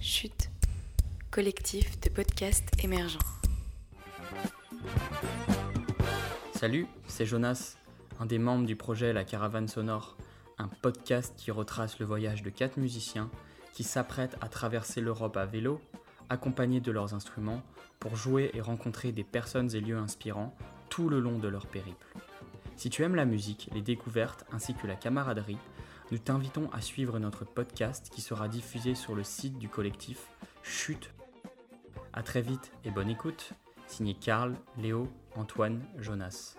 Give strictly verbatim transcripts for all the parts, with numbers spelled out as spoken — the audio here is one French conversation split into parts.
Chute, collectif de podcasts émergents. Salut, c'est Jonas, un des membres du projet La Caravane Sonore, un podcast qui retrace le voyage de quatre musiciens qui s'apprêtent à traverser l'Europe à vélo, accompagnés de leurs instruments, pour jouer et rencontrer des personnes et lieux inspirants tout le long de leur périple. Si tu aimes la musique, les découvertes ainsi que la camaraderie, nous t'invitons à suivre notre podcast qui sera diffusé sur le site du collectif Chute. A très vite et bonne écoute, signé Karl, Léo, Antoine, Jonas.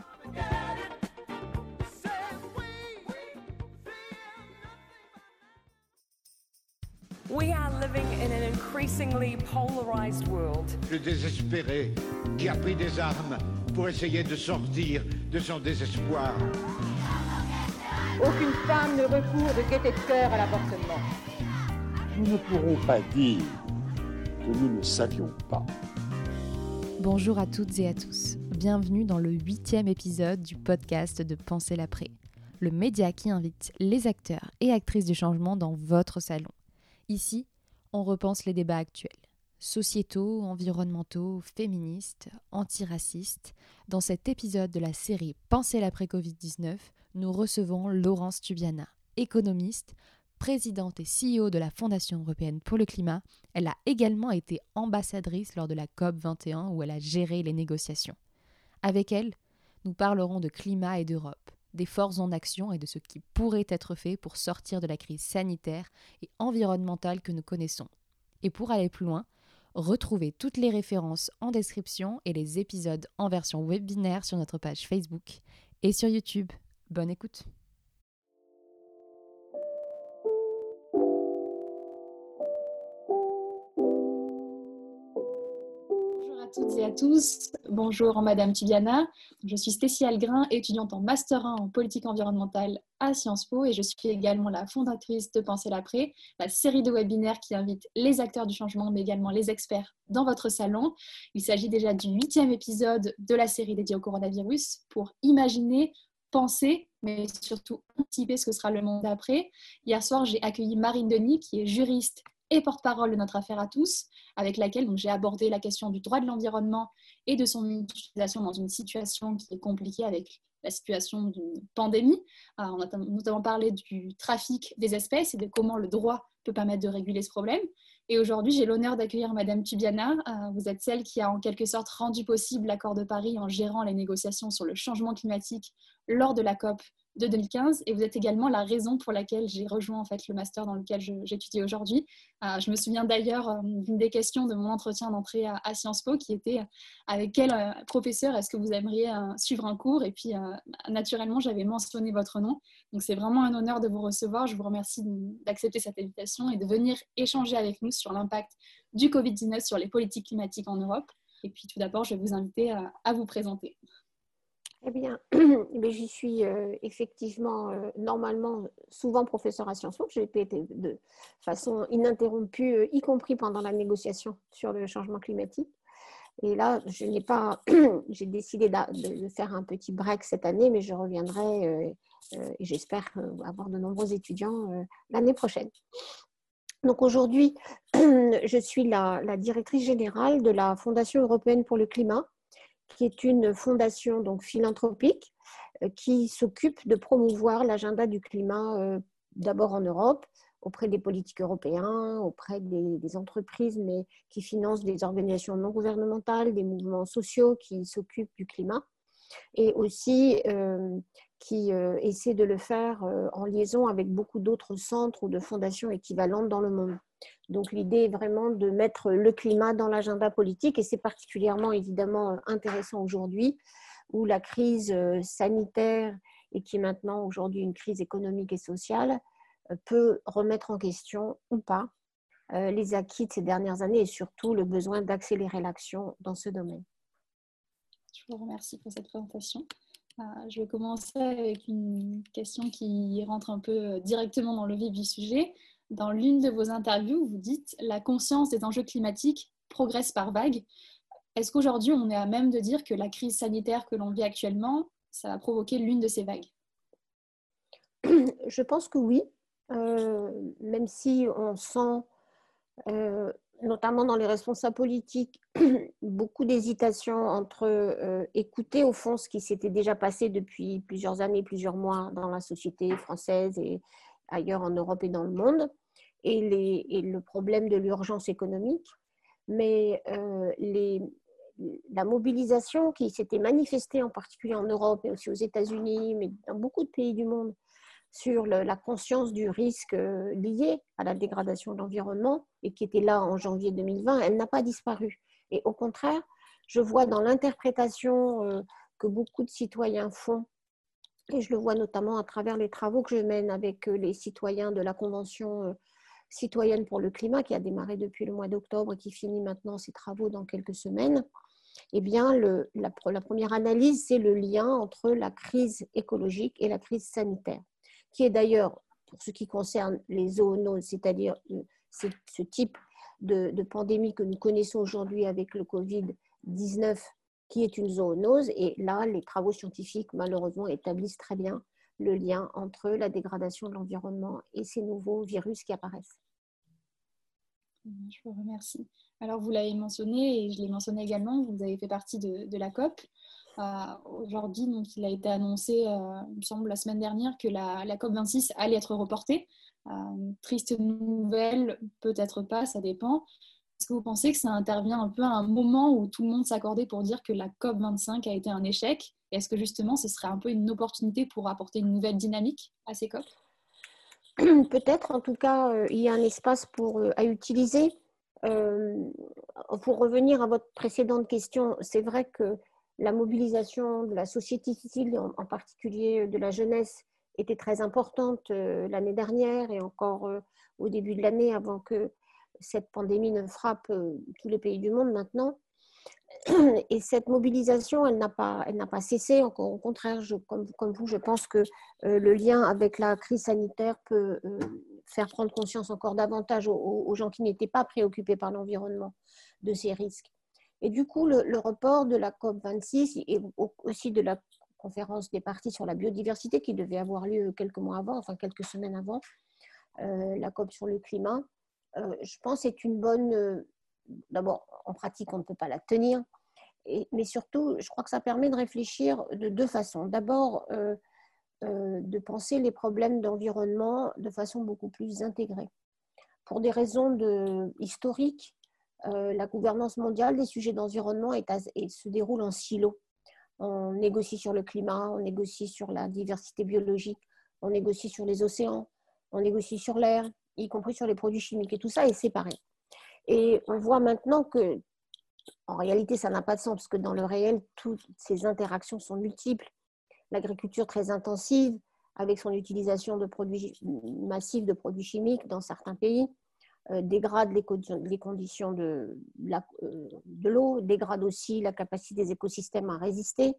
We are living in an increasingly polarized world. Le désespéré qui a pris des armes pour essayer de sortir de son désespoir. Aucune femme ne recourt de gaieté de cœur à l'avortement. Nous ne pourrons pas dire que nous ne savions pas. Bonjour à toutes et à tous. Bienvenue dans le huitième épisode du podcast de Penser l'après, le média qui invite les acteurs et actrices du changement dans votre salon. Ici, on repense les débats actuels, sociétaux, environnementaux, féministes, antiracistes. Dans cet épisode de la série Penser l'après-covid dix-neuf, nous recevons Laurence Tubiana, économiste, présidente et C E O de la Fondation européenne pour le climat. Elle a également été ambassadrice lors de la COP vingt et un où elle a géré les négociations. Avec elle, nous parlerons de climat et d'Europe, des forces en action et de ce qui pourrait être fait pour sortir de la crise sanitaire et environnementale que nous connaissons. Et pour aller plus loin, retrouvez toutes les références en description et les épisodes en version webinaire sur notre page Facebook et sur YouTube. Bonne écoute. Bonjour à toutes et à tous. Bonjour Madame Tubiana. Je suis Stécie Algrin, étudiante en Master un en politique environnementale à Sciences Po et je suis également la fondatrice de Penser l'après, la série de webinaires qui invite les acteurs du changement mais également les experts dans votre salon. Il s'agit déjà du huitième épisode de la série dédiée au coronavirus pour imaginer, penser, mais surtout anticiper ce que sera le monde d'après. Hier soir, j'ai accueilli Marine Denis, qui est juriste et porte-parole de notre affaire à tous, avec laquelle donc, j'ai abordé la question du droit de l'environnement et de son utilisation dans une situation qui est compliquée avec la situation d'une pandémie. Alors, on a notamment parlé du trafic des espèces et de comment le droit peut permettre de réguler ce problème. Et aujourd'hui, j'ai l'honneur d'accueillir Madame Tubiana. Vous êtes celle qui a en quelque sorte rendu possible l'accord de Paris en gérant les négociations sur le changement climatique lors de la COP de deux mille quinze, et vous êtes également la raison pour laquelle j'ai rejoint en fait le master dans lequel je, j'étudie aujourd'hui. Euh, je me souviens d'ailleurs euh, d'une des questions de mon entretien d'entrée à, à Sciences Po qui était euh, avec quel euh, professeur est-ce que vous aimeriez euh, suivre un cours, et puis euh, naturellement j'avais mentionné votre nom, donc c'est vraiment un honneur de vous recevoir. Je vous remercie d'accepter cette invitation et de venir échanger avec nous sur l'impact du covid dix-neuf sur les politiques climatiques en Europe. Et puis tout d'abord je vais vous inviter à, à vous présenter. Eh bien, j'y suis euh, effectivement, euh, normalement, souvent professeur à Sciences Po. J'ai été de façon ininterrompue, euh, y compris pendant la négociation sur le changement climatique. Et là, je n'ai pas, j'ai décidé de, de faire un petit break cette année, mais je reviendrai euh, euh, et j'espère avoir de nombreux étudiants euh, l'année prochaine. Donc aujourd'hui, je suis la, la directrice générale de la Fondation européenne pour le climat, qui est une fondation donc philanthropique euh, qui s'occupe de promouvoir l'agenda du climat euh, d'abord en Europe, auprès des politiques européens, auprès des, des entreprises, mais qui financent des organisations non gouvernementales, des mouvements sociaux qui s'occupent du climat, et aussi euh, qui euh, essaie de le faire euh, en liaison avec beaucoup d'autres centres ou de fondations équivalentes dans le monde. Donc l'idée est vraiment de mettre le climat dans l'agenda politique, et c'est particulièrement évidemment intéressant aujourd'hui où la crise sanitaire, et qui est maintenant aujourd'hui une crise économique et sociale, peut remettre en question ou pas les acquis de ces dernières années et surtout le besoin d'accélérer l'action dans ce domaine. Je vous remercie pour cette présentation. Euh, je vais commencer avec une question qui rentre un peu directement dans le vif du sujet. Dans l'une de vos interviews, vous dites « La conscience des enjeux climatiques progresse par vagues ». Est-ce qu'aujourd'hui, on est à même de dire que la crise sanitaire que l'on vit actuellement, ça a provoqué l'une de ces vagues ? Je pense que oui, euh, même si on sent euh, notamment dans les responsables politiques, beaucoup d'hésitation entre euh, écouter au fond ce qui s'était déjà passé depuis plusieurs années, plusieurs mois dans la société française et ailleurs en Europe et dans le monde, et, les, et le problème de l'urgence économique. Mais euh, les, la mobilisation qui s'était manifestée en particulier en Europe et aussi aux États-Unis, mais dans beaucoup de pays du monde, sur le, la conscience du risque euh, lié à la dégradation de l'environnement et qui était là en janvier deux mille vingt, elle n'a pas disparu. Et au contraire, je vois dans l'interprétation euh, que beaucoup de citoyens font, et je le vois notamment à travers les travaux que je mène avec euh, les citoyens de la Convention euh, citoyenne pour le climat qui a démarré depuis le mois d'octobre et qui finit maintenant ses travaux dans quelques semaines. Eh bien, le, la, la première analyse, c'est le lien entre la crise écologique et la crise sanitaire, qui est d'ailleurs, pour ce qui concerne les zoonoses, c'est-à-dire ce type de, de pandémie que nous connaissons aujourd'hui avec le covid dix-neuf, qui est une zoonose. Et là, les travaux scientifiques, malheureusement, établissent très bien le lien entre la dégradation de l'environnement et ces nouveaux virus qui apparaissent. Je vous remercie. Alors, vous l'avez mentionné et je l'ai mentionné également, vous avez fait partie de, de la COP. Euh, aujourd'hui, donc, il a été annoncé, euh, il me semble, la semaine dernière que la, la COP vingt-six allait être reportée. Euh, triste nouvelle, peut-être pas, ça dépend. Est-ce que vous pensez que ça intervient un peu à un moment où tout le monde s'accordait pour dire que la COP vingt-cinq a été un échec? Est-ce que justement, ce serait un peu une opportunité pour apporter une nouvelle dynamique à ces COP? Peut-être, en tout cas, euh, il y a un espace pour, euh, à utiliser. Euh, pour revenir à votre précédente question, c'est vrai que la mobilisation de la société civile, en, en particulier de la jeunesse, était très importante euh, l'année dernière et encore euh, au début de l'année, avant que cette pandémie ne frappe euh, tous les pays du monde maintenant. Et cette mobilisation, elle n'a pas, elle n'a pas cessé. Encore au contraire, je, comme, comme vous, je pense que euh, le lien avec la crise sanitaire peut euh, faire prendre conscience encore davantage aux, aux gens qui n'étaient pas préoccupés par l'environnement de ces risques. Et du coup, le, le report de la COP vingt-six et aussi de la conférence des parties sur la biodiversité qui devait avoir lieu quelques mois avant, enfin quelques semaines avant, euh, la COP sur le climat, euh, je pense est une bonne... Euh, D'abord, en pratique, on ne peut pas la tenir, et, mais surtout, je crois que ça permet de réfléchir de deux façons. D'abord, euh, euh, de penser les problèmes d'environnement de façon beaucoup plus intégrée. Pour des raisons de, historiques, euh, la gouvernance mondiale des sujets d'environnement est à, et se déroule en silos. On négocie sur le climat, on négocie sur la diversité biologique, on négocie sur les océans, on négocie sur l'air, y compris sur les produits chimiques, et tout ça est séparé. Et on voit maintenant que, en réalité, ça n'a pas de sens, parce que dans le réel, toutes ces interactions sont multiples. L'agriculture très intensive, avec son utilisation de produits massive de produits chimiques dans certains pays, euh, dégrade les, les conditions de, la, euh, de l'eau, dégrade aussi la capacité des écosystèmes à résister.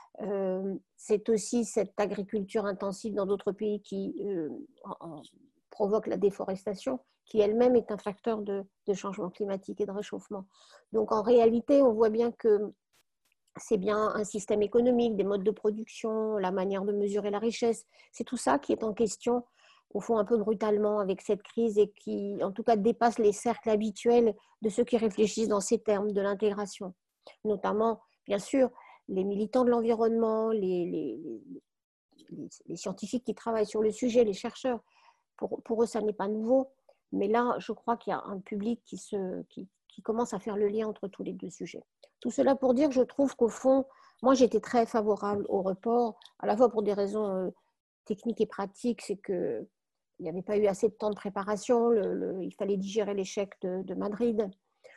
Euh, c'est aussi cette agriculture intensive dans d'autres pays qui euh, en, en, provoque la déforestation, qui elle-même est un facteur de, de changement climatique et de réchauffement. Donc en réalité, on voit bien que c'est bien un système économique, des modes de production, la manière de mesurer la richesse, c'est tout ça qui est en question, au fond un peu brutalement avec cette crise et qui en tout cas dépasse les cercles habituels de ceux qui réfléchissent dans ces termes de l'intégration. Notamment, bien sûr, les militants de l'environnement, les, les, les, les scientifiques qui travaillent sur le sujet, les chercheurs, pour, pour eux ça n'est pas nouveau. Mais là, je crois qu'il y a un public qui, se, qui, qui commence à faire le lien entre tous les deux sujets. Tout cela pour dire que je trouve qu'au fond, moi j'étais très favorable au report, à la fois pour des raisons euh, techniques et pratiques, c'est qu'il n'y avait pas eu assez de temps de préparation, le, le, il fallait digérer l'échec de, de Madrid.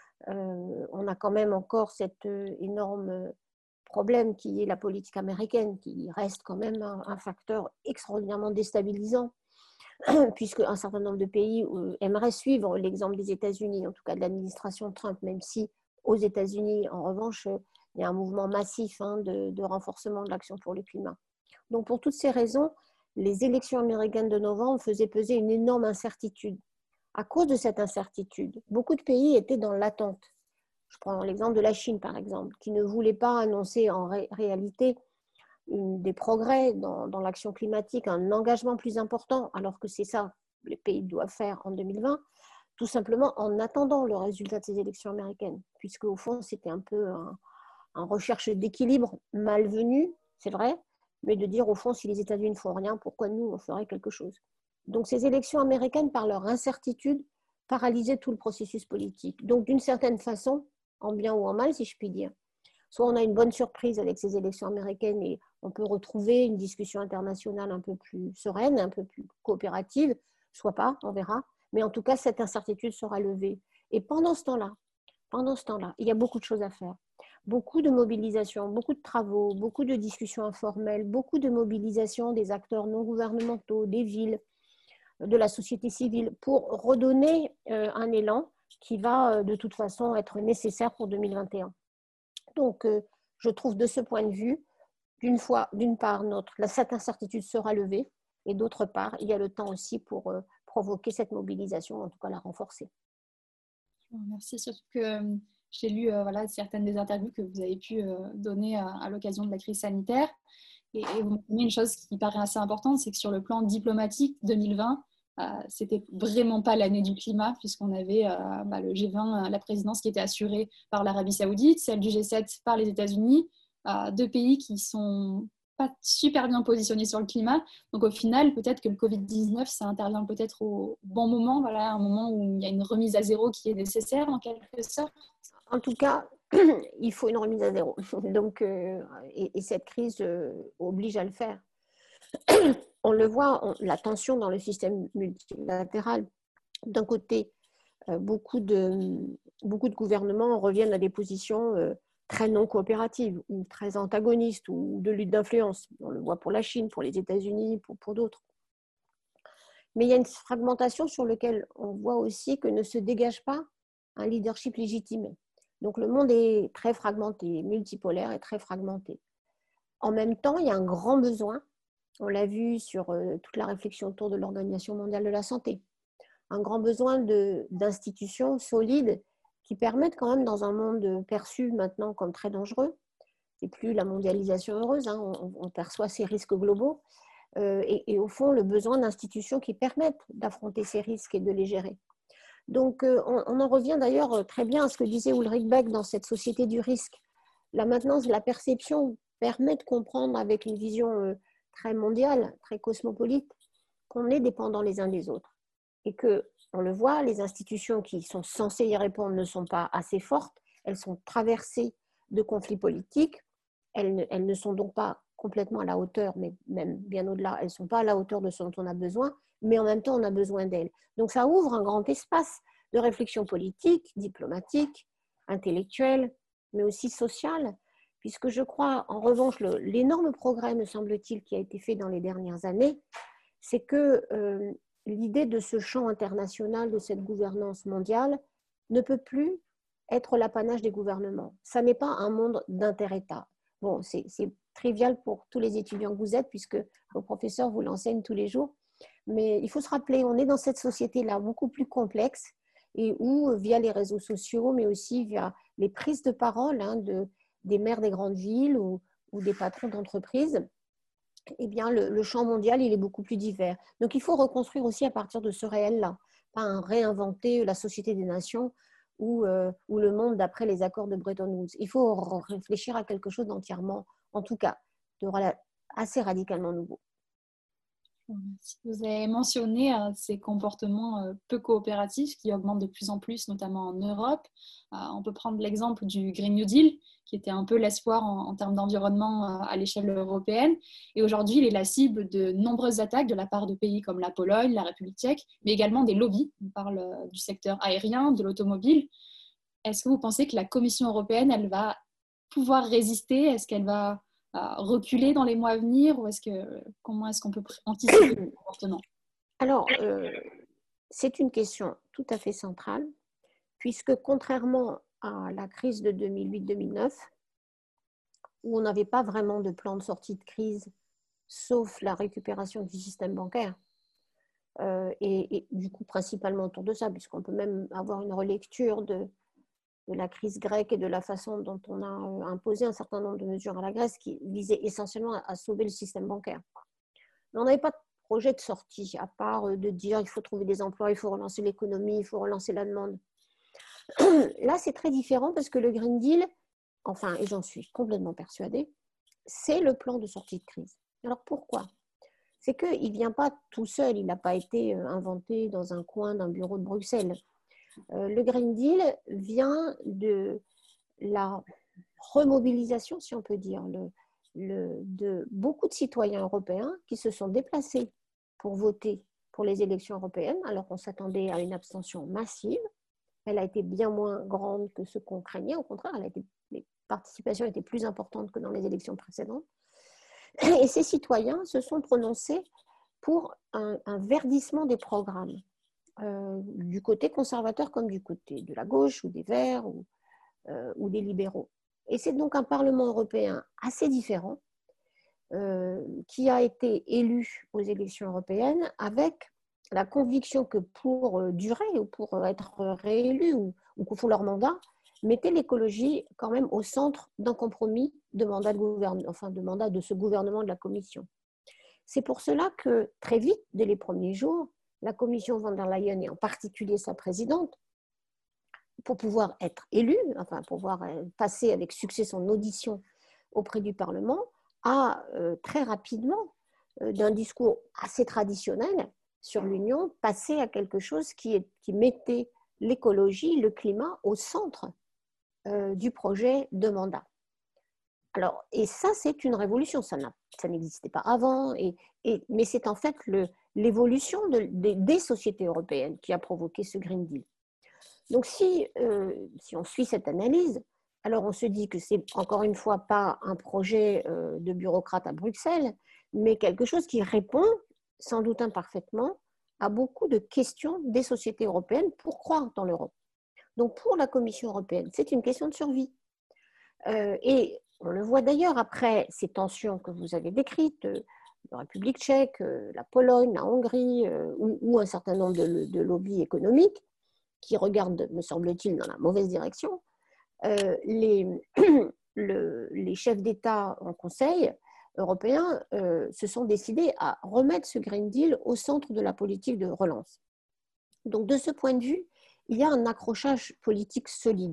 Euh, on a quand même encore cet euh, énorme problème qui est la politique américaine, qui reste quand même un, un facteur extraordinairement déstabilisant, puisque un certain nombre de pays aimeraient suivre l'exemple des États-Unis, en tout cas de l'administration Trump, même si aux États-Unis, en revanche, il y a un mouvement massif hein, de, de renforcement de l'action pour le climat. Donc pour toutes ces raisons, les élections américaines de novembre faisaient peser une énorme incertitude. À cause de cette incertitude, beaucoup de pays étaient dans l'attente. Je prends l'exemple de la Chine, par exemple, qui ne voulait pas annoncer en ré- réalité Une, des progrès dans, dans l'action climatique, un engagement plus important, alors que c'est ça que les pays doivent faire en deux mille vingt, tout simplement en attendant le résultat de ces élections américaines, puisque au fond, c'était un peu un, un recherche d'équilibre malvenu, c'est vrai, mais de dire au fond, si les États-Unis ne font rien, pourquoi nous, on ferait quelque chose? Donc ces élections américaines, par leur incertitude, paralysaient tout le processus politique. Donc d'une certaine façon, en bien ou en mal, si je puis dire, soit on a une bonne surprise avec ces élections américaines et on peut retrouver une discussion internationale un peu plus sereine, un peu plus coopérative, soit pas, on verra. Mais en tout cas, cette incertitude sera levée. Et pendant ce temps-là, pendant ce temps-là, il y a beaucoup de choses à faire. Beaucoup de mobilisation, beaucoup de travaux, beaucoup de discussions informelles, beaucoup de mobilisation des acteurs non gouvernementaux, des villes, de la société civile, pour redonner euh, un élan qui va euh, de toute façon être nécessaire pour deux mille vingt et un. Donc, euh, je trouve de ce point de vue, d'une fois, d'une part, notre, cette incertitude sera levée, et d'autre part, il y a le temps aussi pour euh, provoquer cette mobilisation, en tout cas la renforcer. Merci, surtout que euh, j'ai lu euh, voilà, certaines des interviews que vous avez pu euh, donner à, à l'occasion de la crise sanitaire. Et, et vous mentionnez une chose qui paraît assez importante, c'est que sur le plan diplomatique, deux mille vingt, euh, c'était vraiment pas l'année du climat, puisqu'on avait euh, bah, le G vingt, la présidence qui était assurée par l'Arabie Saoudite, celle du G sept par les États-Unis, euh, deux pays qui sont pas super bien positionnés sur le climat. Donc au final, peut-être que le covid dix-neuf, ça intervient peut-être au bon moment, voilà, un moment où il y a une remise à zéro qui est nécessaire en quelque sorte. En tout cas, il faut une remise à zéro. Donc, euh, et, et cette crise euh, oblige à le faire. On le voit, on, la tension dans le système multilatéral. D'un côté, euh, beaucoup, de, beaucoup de gouvernements reviennent à des positions euh, très non coopératives ou très antagonistes ou de lutte d'influence. On le voit pour la Chine, pour les États-Unis, pour, pour d'autres. Mais il y a une fragmentation sur laquelle on voit aussi que ne se dégage pas un leadership légitime. Donc le monde est très fragmenté, multipolaire et très fragmenté. En même temps, il y a un grand besoin, on l'a vu sur euh, toute la réflexion autour de l'Organisation mondiale de la santé, un grand besoin de, d'institutions solides qui permettent quand même, dans un monde perçu maintenant comme très dangereux, c'est plus la mondialisation heureuse, hein, on, on perçoit ces risques globaux, euh, et, et au fond le besoin d'institutions qui permettent d'affronter ces risques et de les gérer. Donc, on, on en revient d'ailleurs très bien à ce que disait Ulrich Beck dans cette société du risque. La maintenance de la perception permet de comprendre avec une vision très mondiale, très cosmopolite, qu'on est dépendants les uns des autres. Et que, on le voit, les institutions qui sont censées y répondre ne sont pas assez fortes, elles sont traversées de conflits politiques, elles, elles ne sont donc pas complètement à la hauteur, mais même bien au-delà, elles ne sont pas à la hauteur de ce dont on a besoin, mais en même temps, on a besoin d'elles. Donc, ça ouvre un grand espace de réflexion politique, diplomatique, intellectuelle, mais aussi sociale, puisque je crois, en revanche, le, l'énorme progrès, me semble-t-il, qui a été fait dans les dernières années, c'est que euh, l'idée de ce champ international, de cette gouvernance mondiale, ne peut plus être l'apanage des gouvernements. Ça n'est pas un monde d'inter-États. Bon, c'est, c'est trivial pour tous les étudiants que vous êtes, puisque vos professeurs vous l'enseignent tous les jours. Mais il faut se rappeler, on est dans cette société-là beaucoup plus complexe et où, via les réseaux sociaux, mais aussi via les prises de parole hein, de, des maires des grandes villes ou, ou des patrons d'entreprises, eh bien, le, le champ mondial il est beaucoup plus divers. Donc, il faut reconstruire aussi à partir de ce réel-là, pas un réinventer la société des nations ou, euh, ou le monde d'après les accords de Bretton Woods. Il faut réfléchir à quelque chose d'entièrement, en tout cas, de assez radicalement nouveau. Vous avez mentionné euh, ces comportements euh, peu coopératifs qui augmentent de plus en plus, notamment en Europe. Euh, on peut prendre l'exemple du Green New Deal, qui était un peu l'espoir en, en termes d'environnement euh, à l'échelle européenne. Et aujourd'hui, il est la cible de nombreuses attaques de la part de pays comme la Pologne, la République tchèque, mais également des lobbies. On parle euh, du secteur aérien, de l'automobile. Est-ce que vous pensez que la Commission européenne, elle va pouvoir résister? Est-ce qu'elle va reculer dans les mois à venir ou est-ce que, comment est-ce qu'on peut anticiper le comportement? Alors, euh, c'est une question tout à fait centrale, puisque contrairement à la crise de deux mille huit deux mille neuf, où on n'avait pas vraiment de plan de sortie de crise, sauf la récupération du système bancaire, euh, et, et du coup principalement autour de ça, puisqu'on peut même avoir une relecture de de la crise grecque et de la façon dont on a imposé un certain nombre de mesures à la Grèce qui visaient essentiellement à sauver le système bancaire. Mais on n'avait pas projet de sortie, à part de dire il faut trouver des emplois, il faut relancer l'économie, il faut relancer la demande. Là, c'est très différent parce que le Green Deal, enfin, et j'en suis complètement persuadée, c'est le plan de sortie de crise. Alors pourquoi ? C'est qu'il ne vient pas tout seul, il n'a pas été inventé dans un coin d'un bureau de Bruxelles. Le Green Deal vient de la remobilisation, si on peut dire, le, le, de beaucoup de citoyens européens qui se sont déplacés pour voter pour les élections européennes, alors qu'on s'attendait à une abstention massive. Elle a été bien moins grande que ce qu'on craignait, au contraire, elle a été, les participations étaient plus importantes que dans les élections précédentes. Et ces citoyens se sont prononcés pour un, un verdissement des programmes, euh, du côté conservateur comme du côté de la gauche ou des Verts ou, euh, ou des libéraux. Et c'est donc un Parlement européen assez différent euh, qui a été élu aux élections européennes avec la conviction que pour durer ou pour être réélu ou, ou qu'au fond leur mandat, mettait l'écologie quand même au centre d'un compromis de mandat de gouvernement, enfin de mandat de ce gouvernement de la Commission. C'est pour cela que très vite, dès les premiers jours, la Commission von der Leyen et en particulier sa présidente, pour pouvoir être élue, enfin pour pouvoir passer avec succès son audition auprès du Parlement, a euh, très rapidement, euh, d'un discours assez traditionnel sur l'Union, passé à quelque chose qui, est, qui mettait l'écologie, le climat au centre Euh, du projet de mandat. Alors, et ça, c'est une révolution, ça, ça n'existait pas avant, et, et, mais c'est en fait le, l'évolution de, de, des sociétés européennes qui a provoqué ce Green Deal. Donc, si, euh, si on suit cette analyse, alors on se dit que c'est encore une fois pas un projet euh, de bureaucrate à Bruxelles, mais quelque chose qui répond, sans doute imparfaitement, à beaucoup de questions des sociétés européennes pour croire dans l'Europe. Donc, pour la Commission européenne, c'est une question de survie. Euh, et on le voit d'ailleurs après ces tensions que vous avez décrites, euh, la République tchèque, euh, la Pologne, la Hongrie, euh, ou, ou un certain nombre de, de lobbies économiques qui regardent, me semble-t-il, dans la mauvaise direction. Euh, les, le, les chefs d'État en Conseil européen euh, se sont décidés à remettre ce Green Deal au centre de la politique de relance. Donc, de ce point de vue, il y a un accrochage politique solide.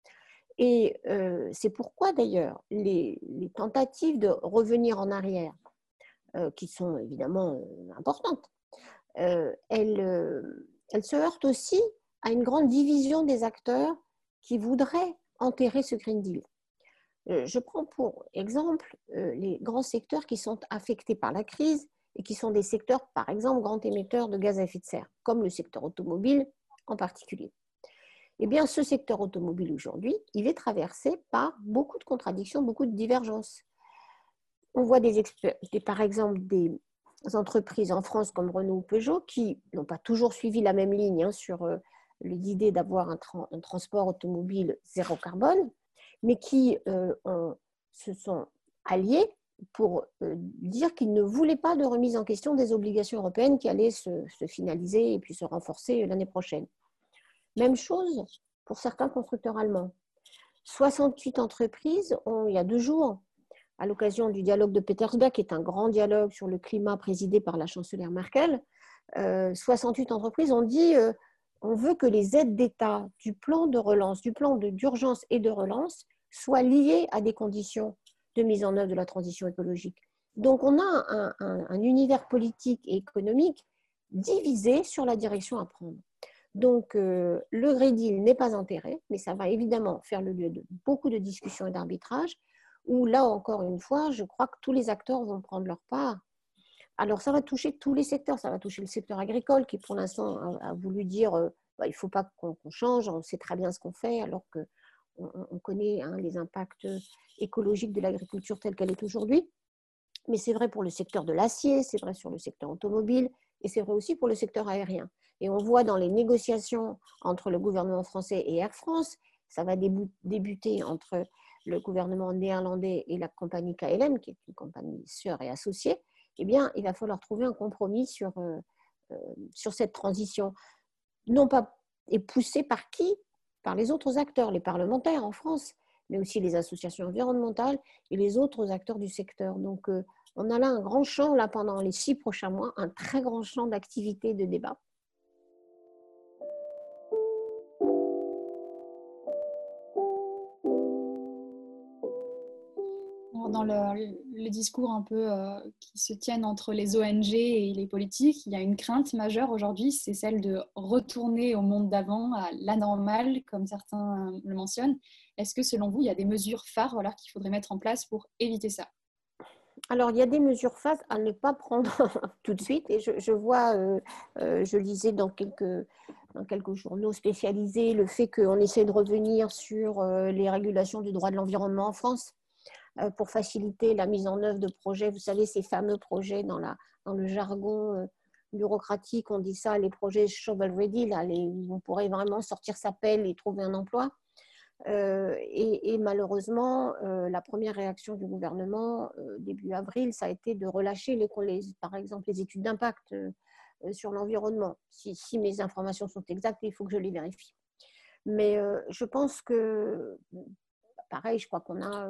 Et euh, c'est pourquoi, d'ailleurs, les, les tentatives de revenir en arrière, euh, qui sont évidemment euh, importantes, euh, elles, euh, elles se heurtent aussi à une grande division des acteurs qui voudraient enterrer ce Green Deal. Euh, je prends pour exemple euh, les grands secteurs qui sont affectés par la crise et qui sont des secteurs, par exemple, grands émetteurs de gaz à effet de serre, comme le secteur automobile, en particulier. Eh bien, ce secteur automobile aujourd'hui, il est traversé par beaucoup de contradictions, beaucoup de divergences. On voit des, des, par exemple des entreprises en France comme Renault ou Peugeot qui n'ont pas toujours suivi la même ligne hein, sur euh, l'idée d'avoir un, tra un transport automobile zéro carbone, mais qui euh, ont, se sont alliés pour euh, dire qu'ils ne voulaient pas de remise en question des obligations européennes qui allaient se, se finaliser et puis se renforcer l'année prochaine. Même chose pour certains constructeurs allemands. soixante-huit entreprises ont, il y a deux jours, à l'occasion du dialogue de Petersberg, qui est un grand dialogue sur le climat présidé par la chancelière Merkel, euh, soixante-huit entreprises ont dit euh, on veut que les aides d'État du plan de relance, du plan d'urgence et de relance soient liées à des conditions de mise en œuvre de la transition écologique. Donc, on a un, un, un univers politique et économique divisé sur la direction à prendre. Donc, euh, le Green Deal n'est pas enterré, mais ça va évidemment faire le lieu de beaucoup de discussions et d'arbitrages, où là, encore une fois, je crois que tous les acteurs vont prendre leur part. Alors, ça va toucher tous les secteurs. Ça va toucher le secteur agricole, qui pour l'instant a, a voulu dire euh, bah, il ne faut pas qu'on qu'on change, on sait très bien ce qu'on fait, alors qu'on on connaît hein, les impacts écologiques de l'agriculture telle qu'elle est aujourd'hui. Mais c'est vrai pour le secteur de l'acier, c'est vrai sur le secteur automobile, et c'est vrai aussi pour le secteur aérien. Et on voit dans les négociations entre le gouvernement français et Air France, ça va débuter entre le gouvernement néerlandais et la compagnie K L M, qui est une compagnie sœur et associée, eh bien, il va falloir trouver un compromis sur, euh, euh, sur cette transition. Non pas, et poussée par qui? Par les autres acteurs, les parlementaires en France, mais aussi les associations environnementales et les autres acteurs du secteur. Donc, euh, On a là un grand champ, là, pendant les six prochains mois, un très grand champ d'activité et de débat. Dans le, le discours un peu euh, qui se tiennent entre les O N G et les politiques, il y a une crainte majeure aujourd'hui, c'est celle de retourner au monde d'avant, à l'anormal, comme certains le mentionnent. Est-ce que selon vous, il y a des mesures phares voilà, qu'il faudrait mettre en place pour éviter ça? Alors, il y a des mesures phares à ne pas prendre tout de suite. Et je, je vois, euh, euh, je lisais dans quelques, dans quelques journaux spécialisés le fait qu'on essaie de revenir sur euh, les régulations du droit de l'environnement en France, pour faciliter la mise en œuvre de projets. Vous savez, ces fameux projets dans, la, dans le jargon bureaucratique, on dit ça, les projets shovel-ready, là, les, où on pourrait vraiment sortir sa pelle et trouver un emploi. Euh, et, et malheureusement, euh, la première réaction du gouvernement, euh, début avril, ça a été de relâcher, les, les, par exemple, les études d'impact euh, sur l'environnement. Si, si mes informations sont exactes, il faut que je les vérifie. Mais euh, je pense que... Pareil, je crois qu'on a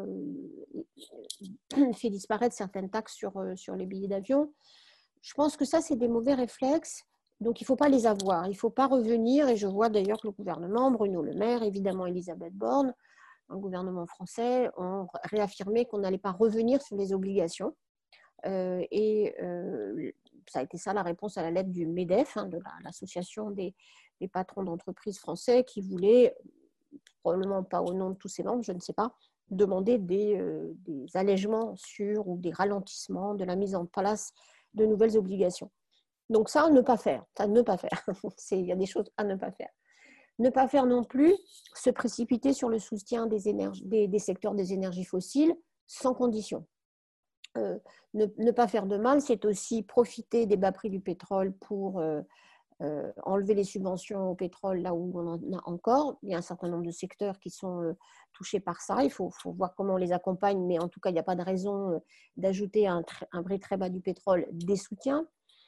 fait disparaître certaines taxes sur, sur les billets d'avion. Je pense que ça, c'est des mauvais réflexes, donc il ne faut pas les avoir. Il ne faut pas revenir, et je vois d'ailleurs que le gouvernement, Bruno Le Maire, évidemment Elisabeth Borne, un gouvernement français, ont réaffirmé qu'on n'allait pas revenir sur les obligations. Euh, et euh, ça a été ça la réponse à la lettre du MEDEF, hein, de la, l'association des, des patrons d'entreprises français, qui voulait, probablement pas au nom de tous ses membres, je ne sais pas, demander des, euh, des allègements sur ou des ralentissements de la mise en place de nouvelles obligations. Donc ça, ne pas faire, ça ne pas faire. C'est, il y a des choses à ne pas faire. Ne pas faire non plus, se précipiter sur le soutien des, énergies, des, des secteurs des énergies fossiles sans condition. Euh, ne, ne pas faire de mal, c'est aussi profiter des bas prix du pétrole pour euh, Euh, enlever les subventions au pétrole là où on en a encore. Il y a un certain nombre de secteurs qui sont euh, touchés par ça. Il faut, faut voir comment on les accompagne, mais en tout cas, il n'y a pas de raison euh, d'ajouter à un, un prix très bas du pétrole des soutiens.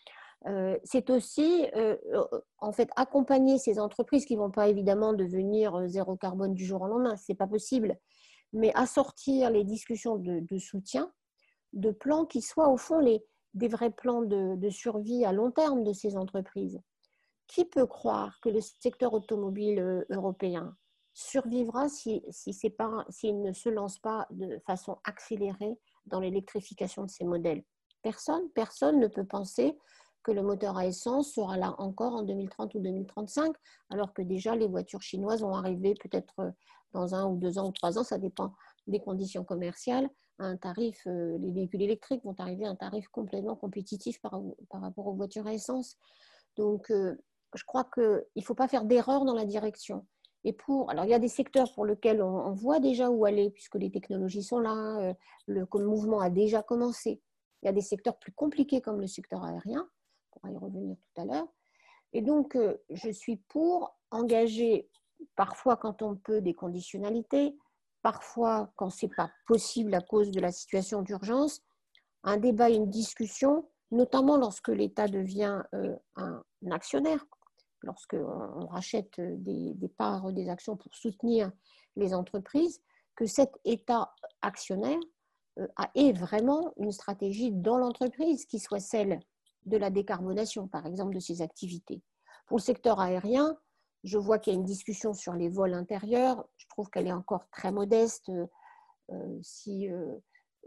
Euh, c'est aussi, euh, en fait, accompagner ces entreprises qui ne vont pas évidemment devenir zéro carbone du jour au lendemain, ce n'est pas possible, mais assortir les discussions de, de soutien de plans qui soient au fond les, des vrais plans de, de survie à long terme de ces entreprises. Qui peut croire que le secteur automobile européen survivra si, si c'est pas, s'il ne se lance pas de façon accélérée dans l'électrification de ses modèles? Personne, personne ne peut penser que le moteur à essence sera là encore en deux mille trente ou deux mille trente-cinq, alors que déjà les voitures chinoises vont arriver peut-être dans un ou deux ans ou trois ans, ça dépend des conditions commerciales, à un tarif, euh, les véhicules électriques vont arriver à un tarif complètement compétitif par, par rapport aux voitures à essence. Donc, euh, je crois qu'il ne faut pas faire d'erreur dans la direction. Et pour, alors, il y a des secteurs pour lesquels on, on voit déjà où aller, puisque les technologies sont là, euh, le, le mouvement a déjà commencé. Il y a des secteurs plus compliqués comme le secteur aérien, on pourra y revenir tout à l'heure. Et donc, euh, je suis pour engager, parfois quand on peut, des conditionnalités, parfois quand ce n'est pas possible à cause de la situation d'urgence, un débat et une discussion, notamment lorsque l'État devient euh, un, un actionnaire, lorsqu'on rachète des, des parts, des actions pour soutenir les entreprises, que cet État actionnaire euh, ait vraiment une stratégie dans l'entreprise qui soit celle de la décarbonation, par exemple, de ses activités. Pour le secteur aérien, je vois qu'il y a une discussion sur les vols intérieurs. Je trouve qu'elle est encore très modeste. Euh, si euh,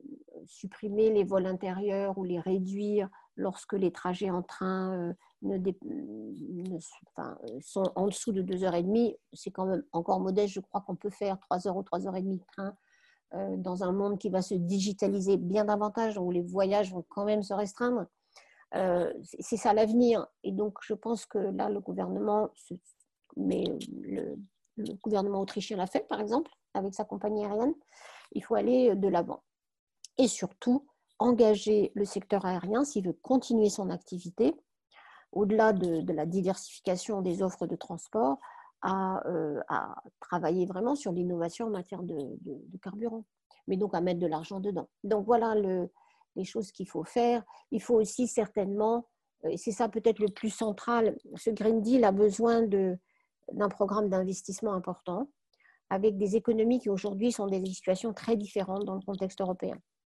supprimer les vols intérieurs ou les réduire lorsque les trajets en train euh, ne dé... ne, enfin, sont en dessous de deux heures trente, c'est quand même encore modeste. Je crois qu'on peut faire trois heures ou trois heures trente de train euh, dans un monde qui va se digitaliser bien davantage, où les voyages vont quand même se restreindre. Euh, c'est ça l'avenir. Et donc, je pense que là, le gouvernement, mais le, le gouvernement autrichien l'a fait, par exemple, avec sa compagnie aérienne, il faut aller de l'avant. Et surtout, engager le secteur aérien, s'il veut continuer son activité, au-delà de, de la diversification des offres de transport, à, euh, à travailler vraiment sur l'innovation en matière de, de, de carburant, mais donc à mettre de l'argent dedans. Donc voilà le, les choses qu'il faut faire. Il faut aussi certainement, et c'est ça peut-être le plus central, ce Green Deal a besoin de, d'un programme d'investissement important, avec des économies qui aujourd'hui sont des situations très différentes dans le contexte européen.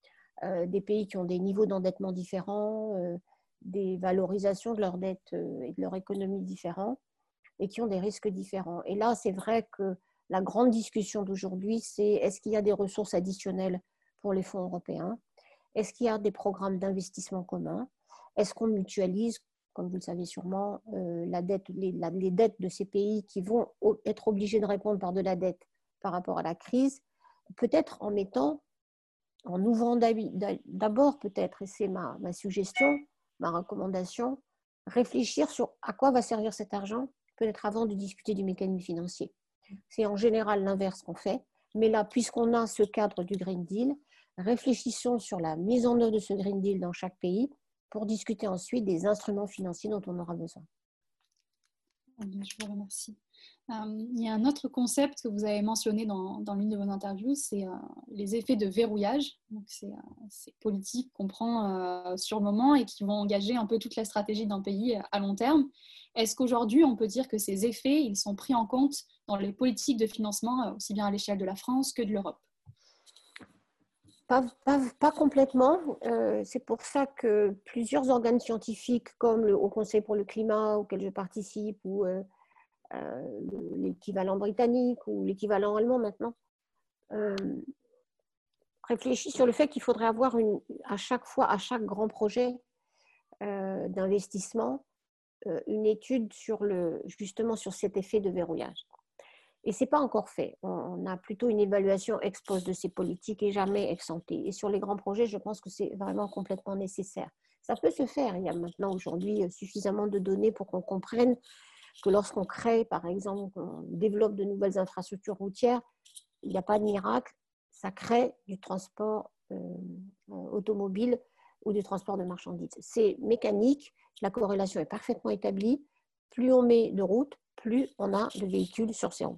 euh, des pays qui ont des niveaux d'endettement différents, euh, des valorisations de leur dette euh, et de leur économie différents, et qui ont des risques différents. Et là, c'est vrai que la grande discussion d'aujourd'hui, c'est est-ce qu'il y a des ressources additionnelles pour les fonds européens? Est-ce qu'il y a des programmes d'investissement communs? Est-ce qu'on mutualise, comme vous le savez sûrement, euh, la dette, les, la, les dettes de ces pays qui vont être obligés de répondre par de la dette par rapport à la crise, peut-être en mettant, en ouvrant d'abord peut-être, et c'est ma, ma suggestion, ma recommandation, réfléchir sur à quoi va servir cet argent, peut-être avant de discuter du mécanisme financier. C'est en général l'inverse qu'on fait, mais là, puisqu'on a ce cadre du Green Deal, réfléchissons sur la mise en œuvre de ce Green Deal dans chaque pays pour discuter ensuite des instruments financiers dont on aura besoin. Je vous remercie. Euh, il y a un autre concept que vous avez mentionné dans, dans l'une de vos interviews, c'est euh, les effets de verrouillage. Donc c'est, euh, c'est politique qu'on prend euh, sur le moment et qui vont engager un peu toute la stratégie d'un pays à long terme. Est-ce qu'aujourd'hui, on peut dire que ces effets, ils sont pris en compte dans les politiques de financement, aussi bien à l'échelle de la France que de l'Europe? Pas, pas, pas complètement. Euh, c'est pour ça que plusieurs organes scientifiques, comme le Haut Conseil pour le climat auquel je participe, ou euh, euh, l'équivalent britannique ou l'équivalent allemand maintenant, euh, réfléchissent sur le fait qu'il faudrait avoir une, à chaque fois, à chaque grand projet euh, d'investissement, euh, une étude sur le, justement sur cet effet de verrouillage. Et ce n'est pas encore fait. On a plutôt une évaluation ex post de ces politiques et jamais ex ante. Et sur les grands projets, je pense que c'est vraiment complètement nécessaire. Ça peut se faire. Il y a maintenant aujourd'hui suffisamment de données pour qu'on comprenne que lorsqu'on crée, par exemple, qu'on développe de nouvelles infrastructures routières, il n'y a pas de miracle. Ça crée du transport euh, automobile ou du transport de marchandises. C'est mécanique. La corrélation est parfaitement établie. Plus on met de routes, plus on a de véhicules sur ces routes.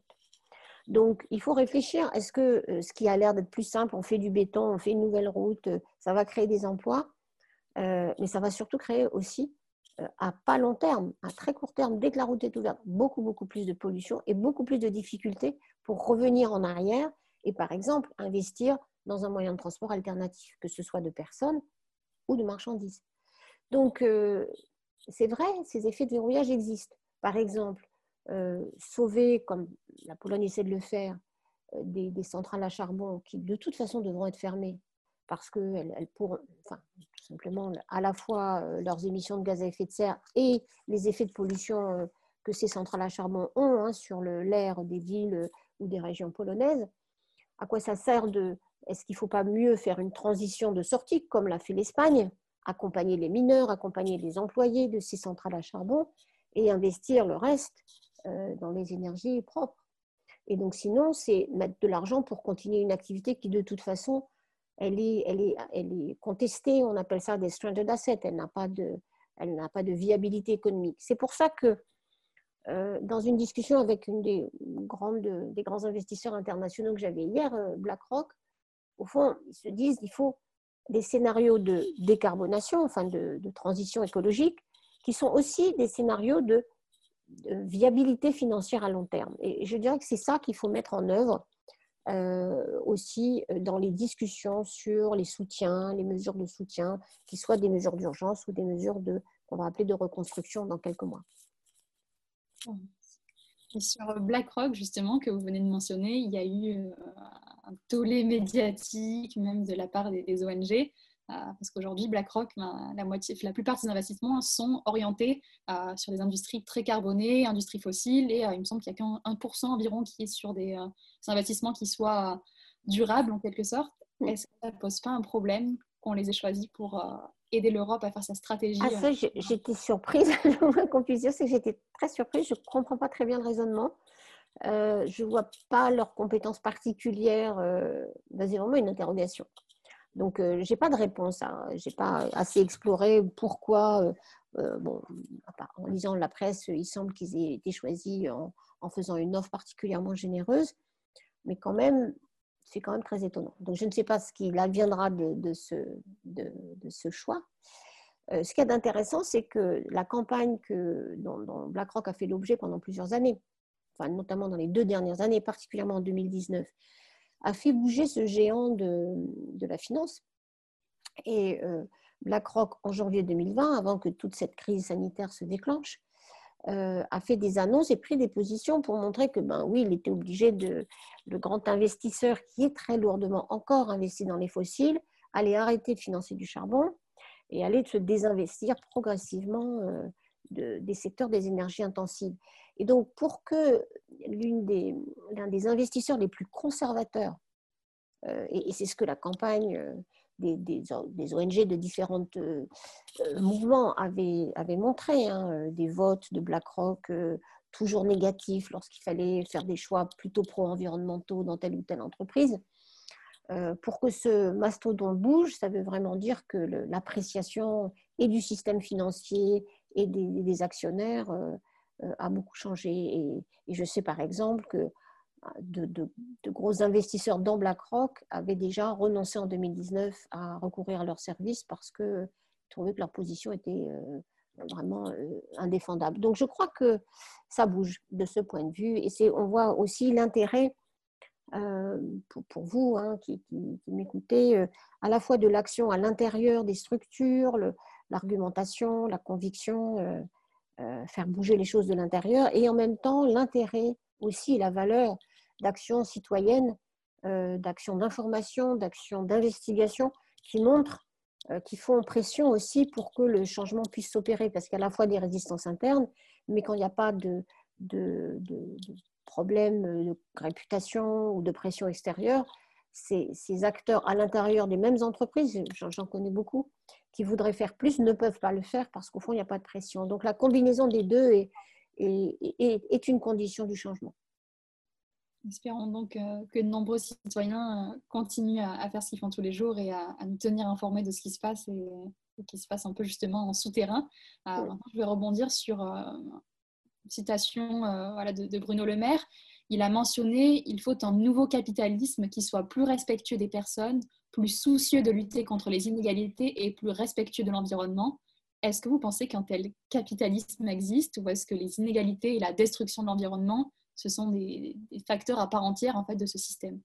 Donc, il faut réfléchir. Est-ce que euh, ce qui a l'air d'être plus simple, on fait du béton, on fait une nouvelle route, euh, ça va créer des emplois, euh, mais ça va surtout créer aussi, euh, à pas long terme, à très court terme, dès que la route est ouverte, beaucoup, beaucoup plus de pollution et beaucoup plus de difficultés pour revenir en arrière et, par exemple, investir dans un moyen de transport alternatif, que ce soit de personnes ou de marchandises. Donc, euh, c'est vrai, ces effets de verrouillage existent. Par exemple, Euh, sauver, comme la Pologne essaie de le faire, euh, des, des centrales à charbon qui de toute façon devront être fermées parce qu'elles elles pourront, enfin, tout simplement, à la fois euh, leurs émissions de gaz à effet de serre et les effets de pollution euh, que ces centrales à charbon ont hein, sur le, l'air des villes euh, ou des régions polonaises. À quoi ça sert de, est-ce qu'il ne faut pas mieux faire une transition de sortie comme l'a fait l'Espagne, accompagner les mineurs, accompagner les employés de ces centrales à charbon et investir le reste dans les énergies propres. Et donc sinon, c'est mettre de l'argent pour continuer une activité qui de toute façon, elle est, elle est, elle est contestée, on appelle ça des stranded assets, elle n'a pas de, elle n'a pas de viabilité économique. C'est pour ça que euh, dans une discussion avec une des, grandes, des grands investisseurs internationaux que j'avais hier, BlackRock, au fond, ils se disent qu'il faut des scénarios de décarbonation, enfin de, de transition écologique, qui sont aussi des scénarios de de viabilité financière à long terme. Et je dirais que c'est ça qu'il faut mettre en œuvre euh, aussi dans les discussions sur les soutiens, les mesures de soutien, qui soient des mesures d'urgence ou des mesures de, qu'on va appeler de reconstruction dans quelques mois. Et sur BlackRock, justement, que vous venez de mentionner, il y a eu un tollé médiatique, même de la part des, des O N G, parce qu'aujourd'hui, BlackRock, la, moitié, la plupart de ses investissements sont orientés euh, sur des industries très carbonées, industries fossiles, et euh, il me semble qu'il n'y a qu'un un pour cent environ qui est sur des, euh, des investissements qui soient durables en quelque sorte. Mm. Est-ce que ça ne pose pas un problème qu'on les ait choisis pour euh, aider l'Europe à faire sa stratégie? Ah ça, euh, j'étais surprise, le moins qu'on puisse dire, c'est que j'étais très surprise, je ne comprends pas très bien le raisonnement. Euh, je ne vois pas leurs compétences particulières, euh, ben, c'est vraiment une interrogation. Donc, euh, je n'ai pas de réponse. Hein. Je n'ai pas assez exploré pourquoi, euh, euh, bon, en lisant la presse, il semble qu'ils aient été choisis en, en faisant une offre particulièrement généreuse, mais quand même, c'est quand même très étonnant. Donc, je ne sais pas ce qu'il adviendra de, de, ce, de, de ce choix. Euh, ce qu'il y a d'intéressant, c'est que la campagne que, dont, dont BlackRock a fait l'objet pendant plusieurs années, enfin, notamment dans les deux dernières années, particulièrement en deux mille dix-neuf, a fait bouger ce géant de, de la finance Et euh, BlackRock, en janvier deux mille vingt, avant que toute cette crise sanitaire se déclenche, euh, a fait des annonces et pris des positions pour montrer que, ben oui, il était obligé de, le grand investisseur qui est très lourdement encore investi dans les fossiles, allait arrêter de financer du charbon et allait se désinvestir progressivement euh, de, des secteurs des énergies intensives. Et donc, pour que l'une des, l'un des investisseurs les plus conservateurs, euh, et, et c'est ce que la campagne euh, des, des, des O N G de différents euh, mouvements avait, avait montré, hein, des votes de BlackRock euh, toujours négatifs lorsqu'il fallait faire des choix plutôt pro-environnementaux dans telle ou telle entreprise. Euh, pour que ce mastodonte bouge, ça veut vraiment dire que le, l'appréciation et du système financier et des, des actionnaires euh, euh, a beaucoup changé. Et, et je sais par exemple que de, de, de gros investisseurs dans BlackRock avaient déjà renoncé en deux mille dix-neuf à recourir à leurs services parce qu'ils trouvaient que leur position était euh, vraiment euh, indéfendable. Donc je crois que ça bouge de ce point de vue. Et c'est, on voit aussi l'intérêt Euh, pour, pour vous hein, qui, qui, qui m'écoutez, euh, à la fois de l'action à l'intérieur des structures, le, l'argumentation, la conviction, euh, euh, faire bouger les choses de l'intérieur, et en même temps l'intérêt aussi et la valeur d'action citoyenne, euh, d'action d'information, d'action d'investigation qui montrent, euh, qui font pression aussi pour que le changement puisse s'opérer, parce qu'il y a à la fois des résistances internes, mais quand il n'y a pas de, de, de, de problème de réputation ou de pression extérieure, ces, ces acteurs à l'intérieur des mêmes entreprises, j'en, j'en connais beaucoup, qui voudraient faire plus, ne peuvent pas le faire parce qu'au fond, il n'y a pas de pression. Donc la combinaison des deux est, est, est, est une condition du changement. Espérons donc euh, que de nombreux citoyens euh, continuent à, à faire ce qu'ils font tous les jours et à, à nous tenir informés de ce qui se passe et, et qui se passe un peu justement en souterrain. Euh, oui. Maintenant, je vais rebondir sur euh, une citation euh, voilà, de, de Bruno Le Maire. Il a mentionné « Il faut un nouveau capitalisme qui soit plus respectueux des personnes, plus soucieux de lutter contre les inégalités et plus respectueux de l'environnement ». Est-ce que vous pensez qu'un tel capitalisme existe ou est-ce que les inégalités et la destruction de l'environnement ce sont des, des facteurs à part entière en fait, de ce système?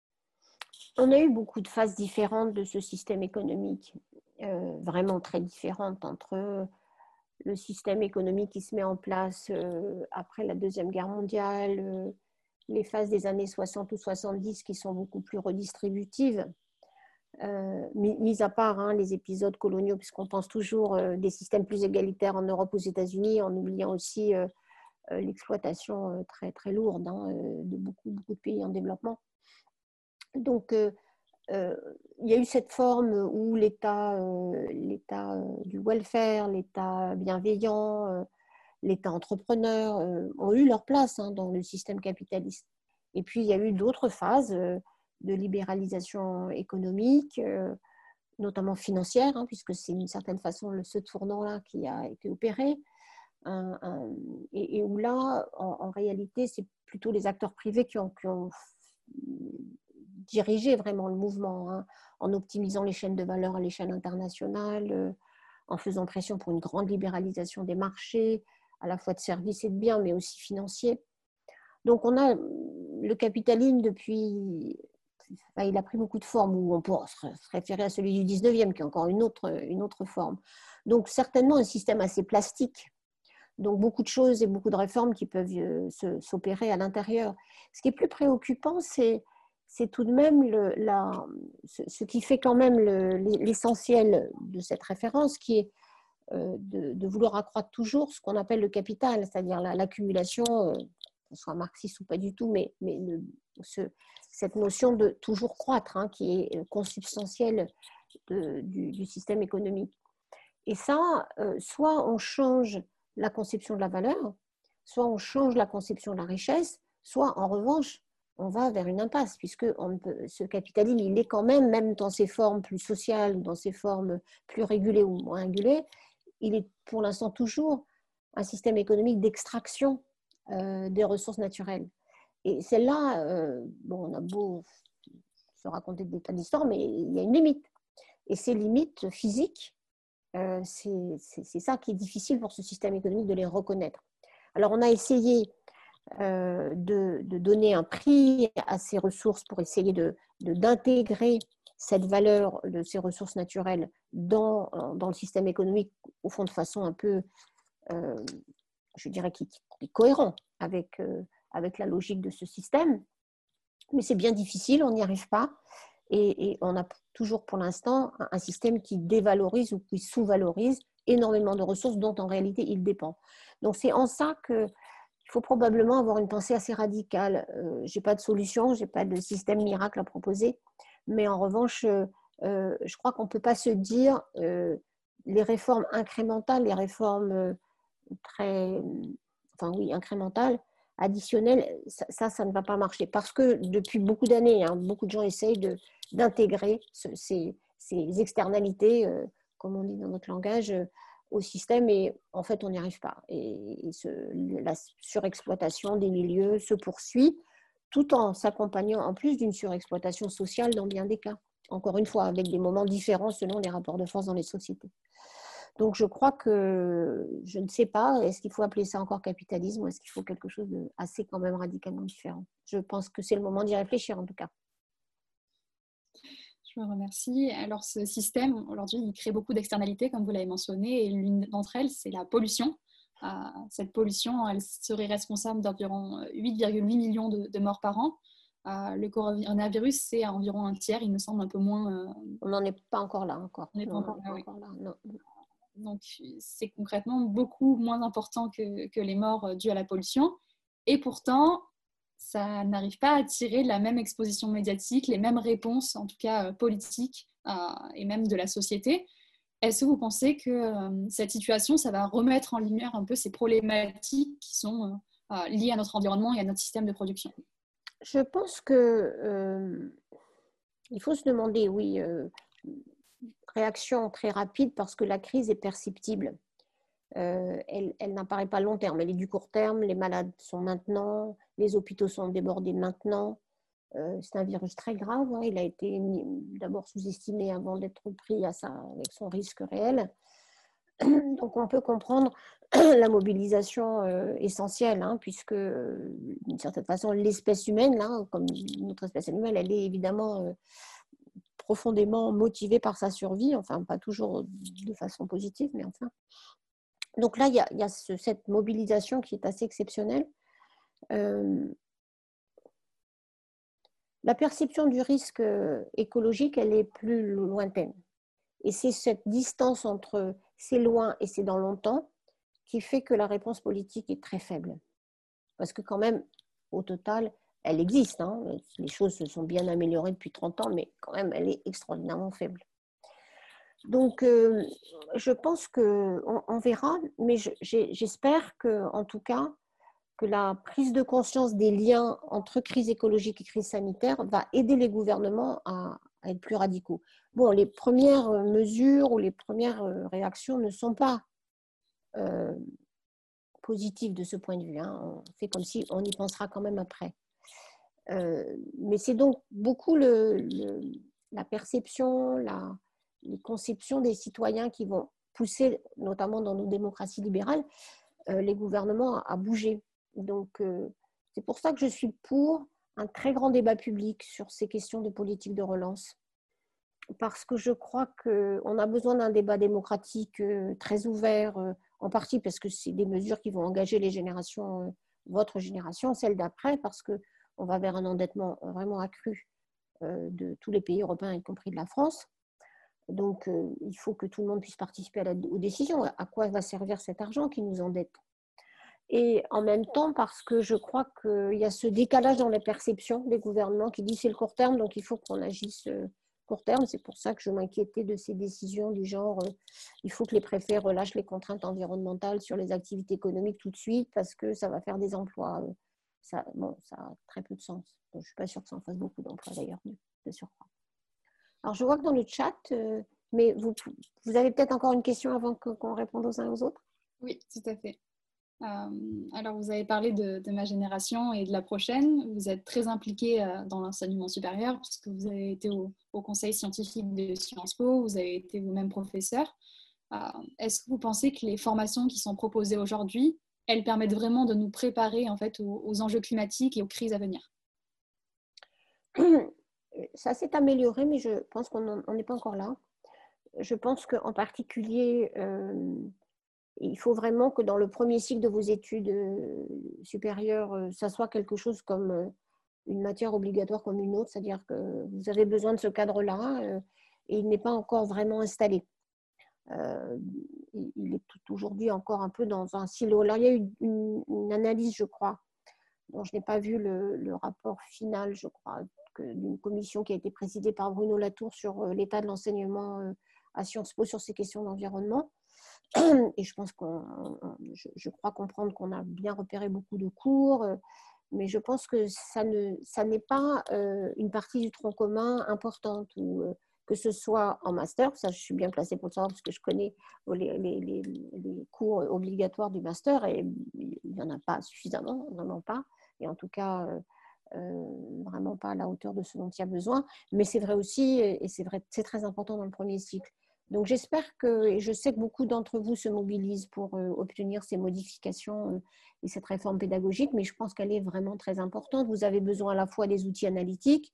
On a eu beaucoup de phases différentes de ce système économique, euh, vraiment très différentes entre le système économique qui se met en place euh, après la Deuxième Guerre mondiale, euh, les phases des années soixante ou soixante-dix qui sont beaucoup plus redistributives, euh, mis, mis à part hein, les épisodes coloniaux, puisqu'on pense toujours euh, des systèmes plus égalitaires en Europe, aux États-Unis, en oubliant aussi euh, l'exploitation très, très lourde hein, de beaucoup, beaucoup de pays en développement. Donc, euh, euh, il y a eu cette forme où l'État, euh, l'État euh, du welfare, l'État bienveillant, euh, l'État entrepreneur euh, ont eu leur place hein, dans le système capitaliste. Et puis, il y a eu d'autres phases euh, de libéralisation économique, euh, notamment financière, hein, puisque c'est d'une certaine façon le, ce tournant-là qui a été opéré. Un, un, et, et où là, en, en réalité, c'est plutôt les acteurs privés qui ont, qui ont dirigé vraiment le mouvement, hein, en optimisant les chaînes de valeur à l'échelle internationale, euh, en faisant pression pour une grande libéralisation des marchés, à la fois de services et de biens, mais aussi financiers. Donc on a le capitalisme depuis, enfin, il a pris beaucoup de formes, où on pourrait se référer à celui du dix-neuvième, qui est encore une autre, une autre forme. Donc certainement un système assez plastique. Donc, beaucoup de choses et beaucoup de réformes qui peuvent euh, se, s'opérer à l'intérieur. Ce qui est plus préoccupant, c'est, c'est tout de même le, la, ce, ce qui fait quand même le, l'essentiel de cette référence, qui est euh, de, de vouloir accroître toujours ce qu'on appelle le capital, c'est-à-dire la, l'accumulation, euh, qu'on soit marxiste ou pas du tout, mais, mais le, ce, cette notion de toujours croître, hein, qui est consubstantielle de, du, du système économique. Et ça, euh, soit on change la conception de la valeur, soit on change la conception de la richesse, soit en revanche, on va vers une impasse, puisque on peut, ce capitalisme, il est quand même, même dans ses formes plus sociales, dans ses formes plus régulées ou moins régulées, il est pour l'instant toujours un système économique d'extraction euh, des ressources naturelles. Et celle-là, euh, bon, on a beau se raconter des tas d'histoires, mais il y a une limite. Et ces limites physiques, Euh, c'est, c'est, c'est ça qui est difficile pour ce système économique de les reconnaître. Alors on a essayé euh, de, de donner un prix à ces ressources pour essayer de, de, d'intégrer cette valeur de ces ressources naturelles dans, dans le système économique, au fond de façon un peu, euh, je dirais, qui, qui est cohérent avec, euh, avec la logique de ce système. Mais c'est bien difficile, on n'y arrive pas. Et, et on a toujours pour l'instant un, un système qui dévalorise ou qui sous-valorise énormément de ressources dont en réalité il dépend. Donc c'est en ça qu'il faut probablement avoir une pensée assez radicale. Euh, je n'ai pas de solution, je n'ai pas de système miracle à proposer, mais en revanche, euh, euh, je crois qu'on ne peut pas se dire euh, les réformes incrémentales, les réformes euh, très, enfin oui, incrémentales, additionnelles, ça, ça, ça ne va pas marcher. Parce que depuis beaucoup d'années, hein, beaucoup de gens essayent de, d'intégrer ce, ces, ces externalités, euh, comme on dit dans notre langage, euh, au système, et en fait, on n'y arrive pas. Et, et ce, la surexploitation des milieux se poursuit, tout en s'accompagnant en plus d'une surexploitation sociale dans bien des cas. Encore une fois, avec des moments différents selon les rapports de force dans les sociétés. Donc, je crois que, je ne sais pas, est-ce qu'il faut appeler ça encore capitalisme ou est-ce qu'il faut quelque chose d'assez quand même radicalement différent? Je pense que c'est le moment d'y réfléchir en tout cas. Je vous remercie. Alors, ce système, aujourd'hui, il crée beaucoup d'externalités, comme vous l'avez mentionné, et l'une d'entre elles, c'est la pollution. Euh, cette pollution, elle serait responsable d'environ huit virgule huit millions de, de morts par an. Euh, le coronavirus, c'est à environ un tiers, il me semble un peu moins. Euh... On n'en est pas encore là, encore. On n'est pas non, encore là, oui. Encore là, non. Donc, c'est concrètement beaucoup moins important que, que les morts dues à la pollution. Et pourtant, ça n'arrive pas à attirer la même exposition médiatique, les mêmes réponses, en tout cas politiques, euh, et même de la société. Est-ce que vous pensez que euh, cette situation, ça va remettre en lumière un peu ces problématiques qui sont euh, liées à notre environnement et à notre système de production? Je pense que euh, il faut se demander, oui, euh, réaction très rapide parce que la crise est perceptible. Euh, elle, elle n'apparaît pas à long terme, elle est du court terme, les malades sont maintenant, les hôpitaux sont débordés maintenant. Euh, c'est un virus très grave, hein. Il a été d'abord sous-estimé avant d'être pris à ça, avec son risque réel. Donc on peut comprendre la mobilisation euh, essentielle, hein, puisque euh, d'une certaine façon l'espèce humaine, là, comme notre espèce animale, elle est évidemment euh, profondément motivée par sa survie, enfin pas toujours de façon positive, mais enfin. Donc là, il y a, il y a ce, cette mobilisation qui est assez exceptionnelle. Euh, la perception du risque écologique, elle est plus lointaine. Et c'est cette distance entre c'est loin et c'est dans longtemps qui fait que la réponse politique est très faible. Parce que quand même, au total, elle existe, hein. Les choses se sont bien améliorées depuis trente ans, mais quand même, elle est extraordinairement faible. Donc, euh, je pense qu'on on verra, mais je, j'espère que, en tout cas, que la prise de conscience des liens entre crise écologique et crise sanitaire va aider les gouvernements à, à être plus radicaux. Bon, les premières mesures ou les premières réactions ne sont pas euh, positives de ce point de vue, hein. On fait comme si on y pensera quand même après. Euh, mais c'est donc beaucoup le, le, la perception, la les conceptions des citoyens qui vont pousser, notamment dans nos démocraties libérales, euh, les gouvernements à, à bouger. Donc, euh, c'est pour ça que je suis pour un très grand débat public sur ces questions de politique de relance. Parce que je crois qu'on a besoin d'un débat démocratique euh, très ouvert, euh, en partie parce que c'est des mesures qui vont engager les générations, euh, votre génération, celle d'après, parce qu'on va vers un endettement vraiment accru euh, de tous les pays européens, y compris de la France. Donc, euh, il faut que tout le monde puisse participer à la, aux décisions. À quoi va servir cet argent qui nous endette? Et en même temps, parce que je crois qu'il y a ce décalage dans les perceptions des gouvernements qui disent c'est le court terme, donc il faut qu'on agisse euh, court terme. C'est pour ça que je m'inquiétais de ces décisions du genre euh, il faut que les préfets relâchent les contraintes environnementales sur les activités économiques tout de suite parce que ça va faire des emplois. Ça, bon, ça a très peu de sens. Donc, je ne suis pas sûre que ça en fasse beaucoup d'emplois d'ailleurs, de surcroît. Alors, je vois que dans le chat, euh, mais vous, vous avez peut-être encore une question avant que, qu'on réponde aux uns aux autres? Oui, tout à fait. Euh, alors, vous avez parlé de, de ma génération et de la prochaine. Vous êtes très impliqué euh, dans l'enseignement supérieur puisque vous avez été au, au conseil scientifique de Sciences Po, vous avez été vous-même professeur. Euh, est-ce que vous pensez que les formations qui sont proposées aujourd'hui, elles permettent vraiment de nous préparer en fait, aux, aux enjeux climatiques et aux crises à venir? ça s'est amélioré, mais je pense qu'on n'est pas encore là. Je pense qu'en particulier, euh, il faut vraiment que dans le premier cycle de vos études euh, supérieures, euh, ça soit quelque chose comme euh, une matière obligatoire comme une autre, c'est-à-dire que vous avez besoin de ce cadre-là euh, et il n'est pas encore vraiment installé. Euh, il est tout aujourd'hui encore un peu dans un silo. Alors, il y a eu une, une analyse, je crois, dont je n'ai pas vu le, le rapport final, je crois, d'une commission qui a été présidée par Bruno Latour sur euh, l'état de l'enseignement euh, à Sciences Po sur ces questions d'environnement. Et je pense qu'on, je, je crois comprendre qu'on a bien repéré beaucoup de cours, euh, mais je pense que ça, ne, ça n'est pas euh, une partie du tronc commun importante, ou euh, que ce soit en master, ça je suis bien placée pour le savoir parce que je connais les, les, les, les cours obligatoires du master et il n'y en a pas suffisamment, vraiment pas, et en tout cas euh, euh, vraiment pas à la hauteur de ce dont il y a besoin, mais c'est vrai aussi, et c'est vrai, c'est très important dans le premier cycle. Donc j'espère que, et je sais que beaucoup d'entre vous se mobilisent pour euh, obtenir ces modifications euh, et cette réforme pédagogique, mais je pense qu'elle est vraiment très importante. Vous avez besoin à la fois des outils analytiques,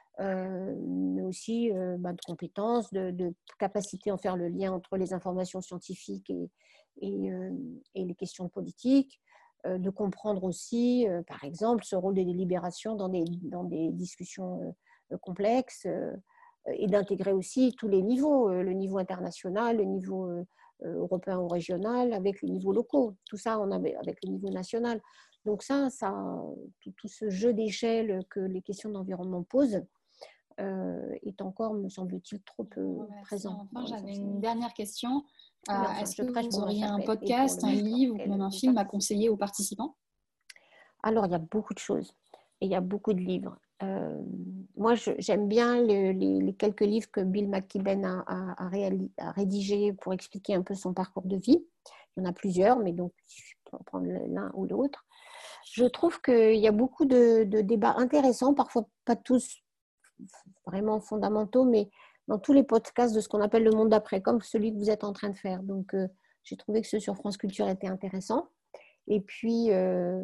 euh, mais aussi euh, bah, de compétences, de, de capacité à faire le lien entre les informations scientifiques et, et, euh, et les questions politiques, euh, de comprendre aussi, euh, par exemple, ce rôle des délibérations dans des, dans des discussions euh, complexes, euh, et d'intégrer aussi tous les niveaux, le niveau international, le niveau européen ou régional, avec les niveaux locaux. Tout ça, on avait avec le niveau national. Donc ça, ça tout, tout ce jeu d'échelle que les questions d'environnement posent euh, est encore, me semble-t-il, trop peu Merci. présent. Enfin, j'avais une dernière question. Euh, enfin, Est-ce que vous auriez un podcast, un le livre ou même un film à conseiller aux participants? Alors, il y a beaucoup de choses et il y a beaucoup de livres. Euh, moi, je, j'aime bien le, les, les quelques livres que Bill McKibben a, a, a, réali, a rédigés pour expliquer un peu son parcours de vie. Il y en a plusieurs, mais donc, je peux prendre l'un ou l'autre. Je trouve qu'il y a beaucoup de, de débats intéressants, parfois pas tous vraiment fondamentaux, mais dans tous les podcasts de ce qu'on appelle le monde d'après, comme celui que vous êtes en train de faire. Donc, euh, j'ai trouvé que ceux sur France Culture étaient intéressants. Et puis... Euh,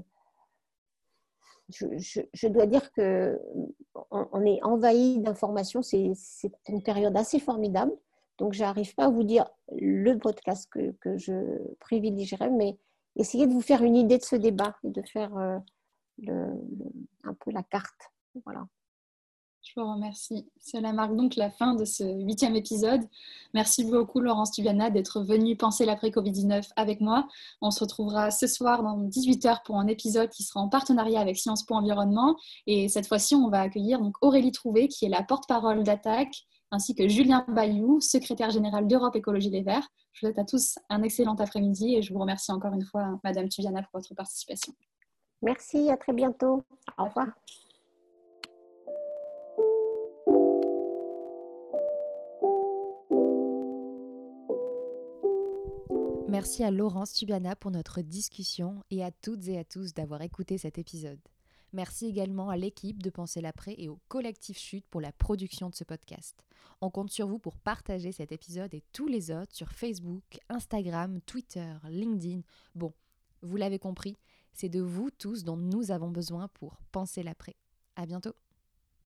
Je, je, je dois dire qu'on on est envahi d'informations, c'est, c'est une période assez formidable. Donc, je n'arrive pas à vous dire le podcast que, que je privilégierais, mais essayez de vous faire une idée de ce débat et de faire euh, le, le, un peu la carte. Voilà. Je vous remercie. Cela marque donc la fin de ce huitième épisode. Merci beaucoup Laurence Tubiana d'être venue penser l'après-covid dix-neuf avec moi. On se retrouvera ce soir dans dix-huit heures pour un épisode qui sera en partenariat avec Sciences Po Environnement. Et cette fois-ci, on va accueillir donc Aurélie Trouvé, qui est la porte-parole d'Attaque, ainsi que Julien Bayou, secrétaire général d'Europe Écologie Les Verts. Je vous souhaite à tous un excellent après-midi et je vous remercie encore une fois, Madame Tubiana, pour votre participation. Merci, à très bientôt. Au revoir. Merci à Laurence Tubiana pour notre discussion et à toutes et à tous d'avoir écouté cet épisode. Merci également à l'équipe de Penser l'après et au collectif Chute pour la production de ce podcast. On compte sur vous pour partager cet épisode et tous les autres sur Facebook, Instagram, Twitter, LinkedIn. Bon, vous l'avez compris, c'est de vous tous dont nous avons besoin pour penser l'après. À bientôt.